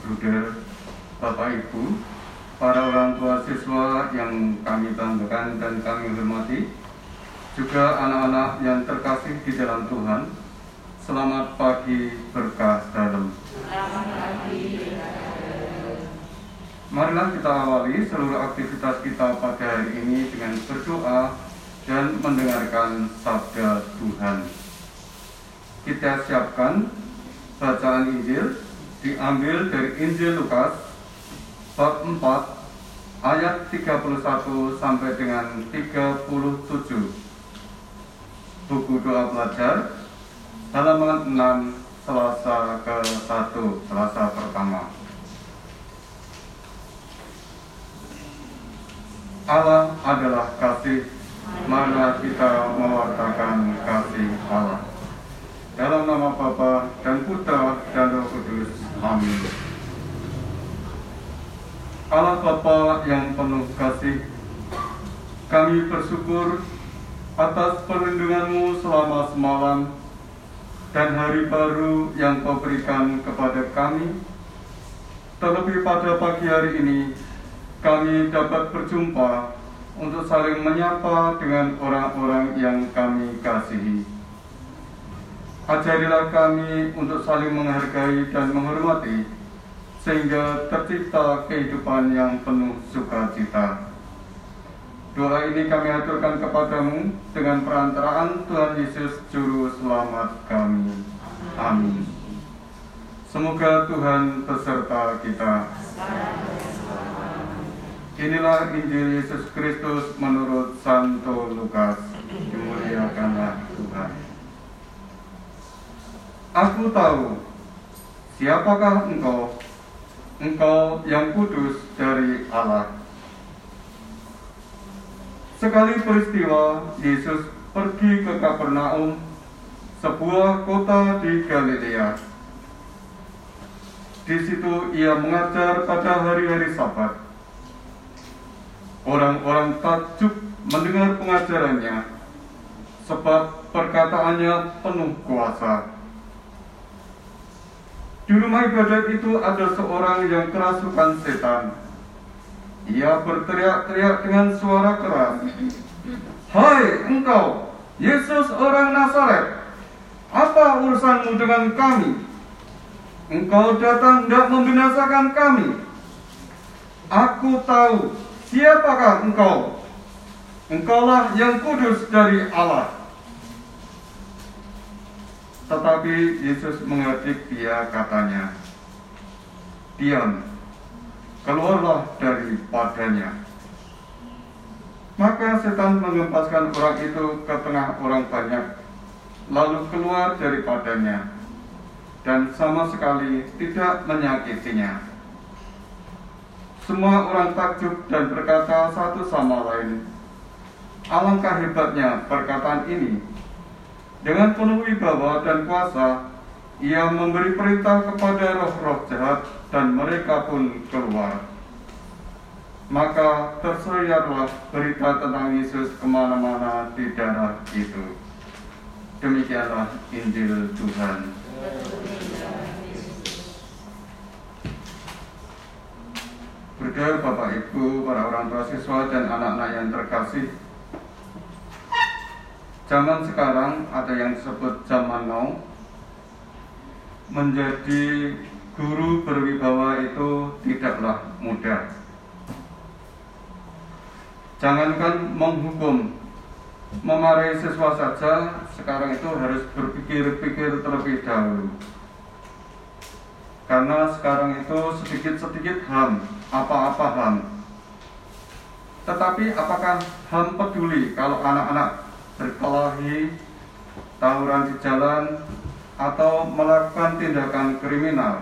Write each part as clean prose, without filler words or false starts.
Saudara, Bapak Ibu, para orang tua siswa yang kami banggakan dan kami hormati, juga anak-anak yang terkasih di dalam Tuhan, selamat pagi berkah dalam. Marilah kita awali seluruh aktivitas kita pada hari ini dengan berdoa dan mendengarkan sabda Tuhan. Kita siapkan bacaan Injil diambil dari Injil Lukas bab 4 ayat 31 sampai dengan 37. Buku doa pelajar halaman 6 Selasa ke-1, Selasa pertama. Allah adalah kasih, marilah kita mewartakan kasih Allah. Dalam nama Bapa dan Putra dan Roh Kudus. Amin. Allah Bapa yang penuh kasih, kami bersyukur atas perlindungan-Mu selama semalam dan hari baru yang Kau berikan kepada kami. Terlebih pada pagi hari ini, kami dapat berjumpa untuk saling menyapa dengan orang-orang yang kami kasihi. Ajarilah kami untuk saling menghargai dan menghormati, sehingga tercipta kehidupan yang penuh sukacita. Doa ini kami aturkan kepadamu dengan perantaraan Tuhan Yesus Juru Selamat kami. Amin. Semoga Tuhan beserta kita. Inilah Injil Yesus Kristus menurut Santo Lukas. Dimuliakanlah Tuhan. Aku tahu siapakah engkau, Engkau yang kudus dari Allah. Sekali peristiwa, Yesus pergi ke Kapernaum, sebuah kota di Galilea. Di situ ia mengajar pada hari-hari Sabat. Orang-orang takjub mendengar pengajarannya, sebab perkataannya penuh kuasa. Di rumah ibadat itu ada seorang yang kerasukan setan. Ia berteriak-teriak dengan suara keras, "Hai engkau, Yesus orang Nazaret, apa urusanmu dengan kami? Engkau datang hendak membinasakan kami. Aku tahu siapakah engkau. Engkaulah yang kudus dari Allah." Tetapi Yesus mengejek dia, katanya, "Diam, keluarlah daripadanya." Maka setan mengempaskan orang itu ke tengah orang banyak, lalu keluar daripadanya, dan sama sekali tidak menyakitinya. Semua orang takjub dan berkata satu sama lain, "Alangkah hebatnya perkataan ini. Dengan penuh wibawa dan kuasa, ia memberi perintah kepada roh-roh jahat dan mereka pun keluar." Maka tersiarlah berita tentang Yesus kemana-mana di daerah itu. Demikianlah Injil Tuhan. Berdoa Bapak Ibu, para orang tua siswa dan anak-anak yang terkasih. Zaman sekarang ada yang disebut zaman now. Menjadi guru berwibawa itu tidaklah mudah. Jangankan menghukum, memarahi siswa saja sekarang itu harus berpikir-pikir terlebih dahulu. Karena sekarang itu sedikit-sedikit HAM, apa-apa HAM. Tetapi apakah HAM peduli kalau anak-anak berkelahi, tawuran di jalan, atau melakukan tindakan kriminal?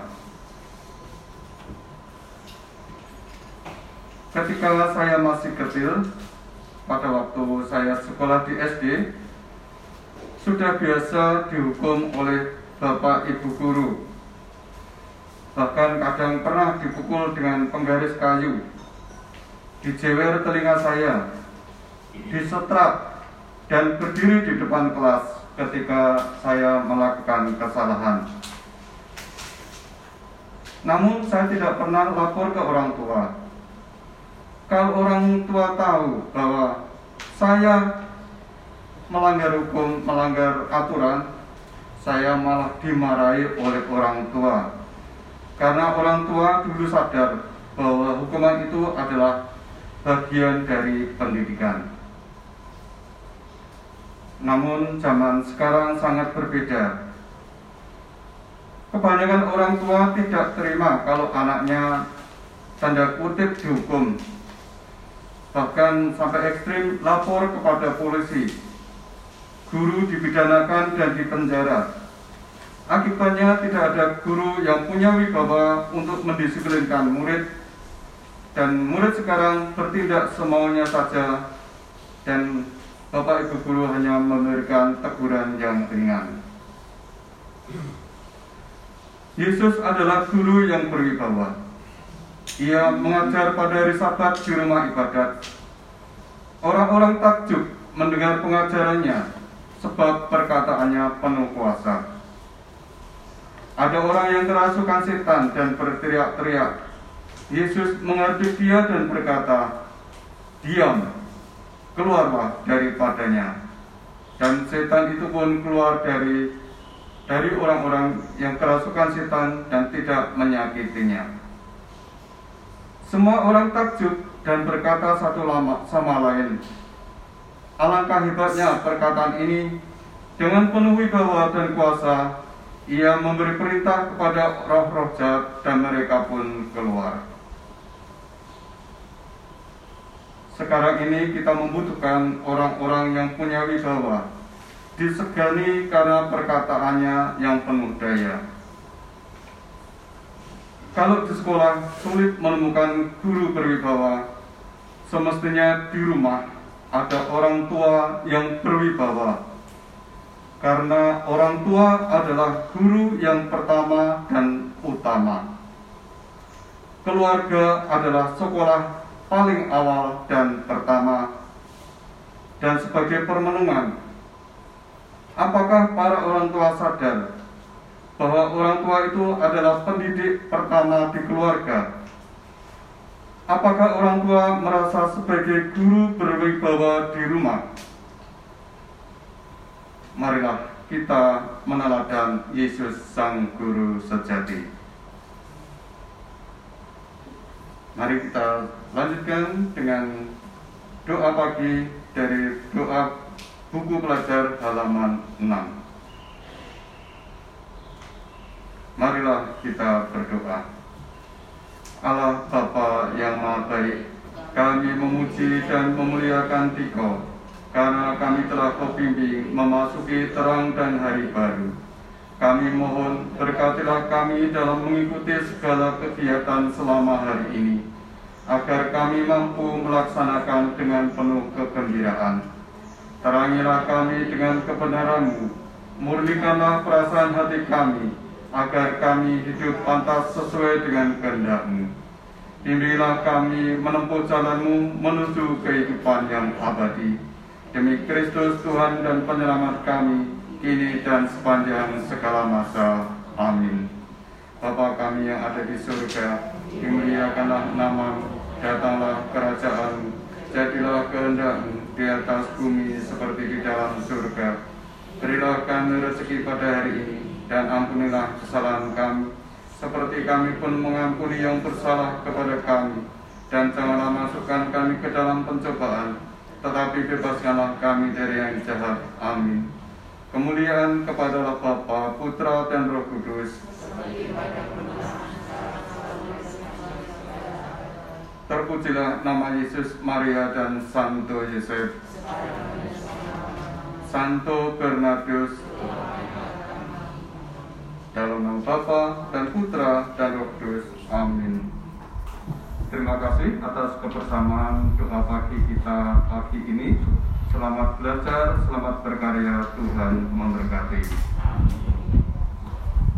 Ketika saya masih kecil, pada waktu saya sekolah di SD, sudah biasa dihukum oleh bapak ibu guru. Bahkan kadang pernah dipukul dengan penggaris kayu, dijewer telinga saya, disetrap, dan berdiri di depan kelas ketika saya melakukan kesalahan. Namun saya tidak pernah lapor ke orang tua. Kalau orang tua tahu bahwa saya melanggar hukum, melanggar aturan, saya malah dimarahi oleh orang tua. Karena orang tua dulu sadar bahwa hukuman itu adalah bagian dari pendidikan. Namun zaman sekarang sangat berbeda. Kebanyakan orang tua tidak terima kalau anaknya tanda kutip dihukum. Bahkan sampai ekstrim lapor kepada polisi. Guru dipidanakan dan dipenjara. Akibatnya tidak ada guru yang punya wibawa untuk mendisiplinkan murid. Dan murid sekarang bertindak semaunya saja. Dan Bapak Ibu guru hanya memberikan teguran yang ringan. Yesus adalah guru yang berwibawa. Ia mengajar pada hari Sabat di rumah ibadat. Orang-orang takjub mendengar pengajarannya, sebab perkataannya penuh kuasa. Ada orang yang kerasukan setan dan berteriak-teriak. Yesus menghadap dia dan berkata, "Diam, keluarlah daripadanya." Dan setan itu pun keluar dari orang-orang yang kerasukan setan dan tidak menyakitinya. Semua orang takjub dan berkata satu sama lain, "Alangkah hebatnya perkataan ini, dengan penuh wibawa dan kuasa, ia memberi perintah kepada roh-roh jahat dan mereka pun keluar." Sekarang ini kita membutuhkan orang-orang yang punya wibawa, disegani karena perkataannya yang penuh daya. Kalau di sekolah sulit menemukan guru berwibawa, semestinya di rumah ada orang tua yang berwibawa. Karena orang tua adalah guru yang pertama dan utama. Keluarga adalah sekolah paling awal dan pertama. Dan sebagai permenungan, apakah para orang tua sadar bahwa orang tua itu adalah pendidik pertama di keluarga? Apakah orang tua merasa sebagai guru berwibawa di rumah? Marilah kita meneladan Yesus Sang Guru sejati. Mari kita lanjutkan dengan doa pagi dari doa buku pelajar halaman 6. Marilah kita berdoa. Allah Bapa yang Maha Baik, kami memuji dan memuliakan Dikau, karena kami telah Kau bimbing memasuki terang dan hari baru. Kami mohon berkatilah kami dalam mengikuti segala kegiatan selama hari ini, agar kami mampu melaksanakan dengan penuh kegembiraan. Terangilah kami dengan kebenaran-Mu, murnikanlah perasaan hati kami, agar kami hidup pantas sesuai dengan kehendak-Mu. Bimbinglah kami menempuh jalan-Mu menuju kehidupan yang abadi. Demi Kristus Tuhan dan Penyelamat kami, kini dan sepanjang segala masa. Amin. Bapa kami yang ada di surga, dimuliakanlah nama-Mu, datanglah kerajaan-Mu, jadilah kehendak-Mu di atas bumi seperti di dalam surga. Berilah kami rezeki pada hari ini, dan ampunilah kesalahan kami, seperti kami pun mengampuni yang bersalah kepada kami. Dan janganlah masukkan kami ke dalam pencobaan, tetapi bebaskanlah kami dari yang jahat. Amin. Kemuliaan kepada Bapa, Putra, dan Roh Kudus. Terpujilah nama Yesus, Maria, dan Santo Yosef. Santo Bernardus. Dalam nama Bapa dan Putra dan Roh Kudus. Amin. Terima kasih atas kebersamaan doa pagi kita pagi ini. Selamat belajar, selamat berkarya, Tuhan memberkati.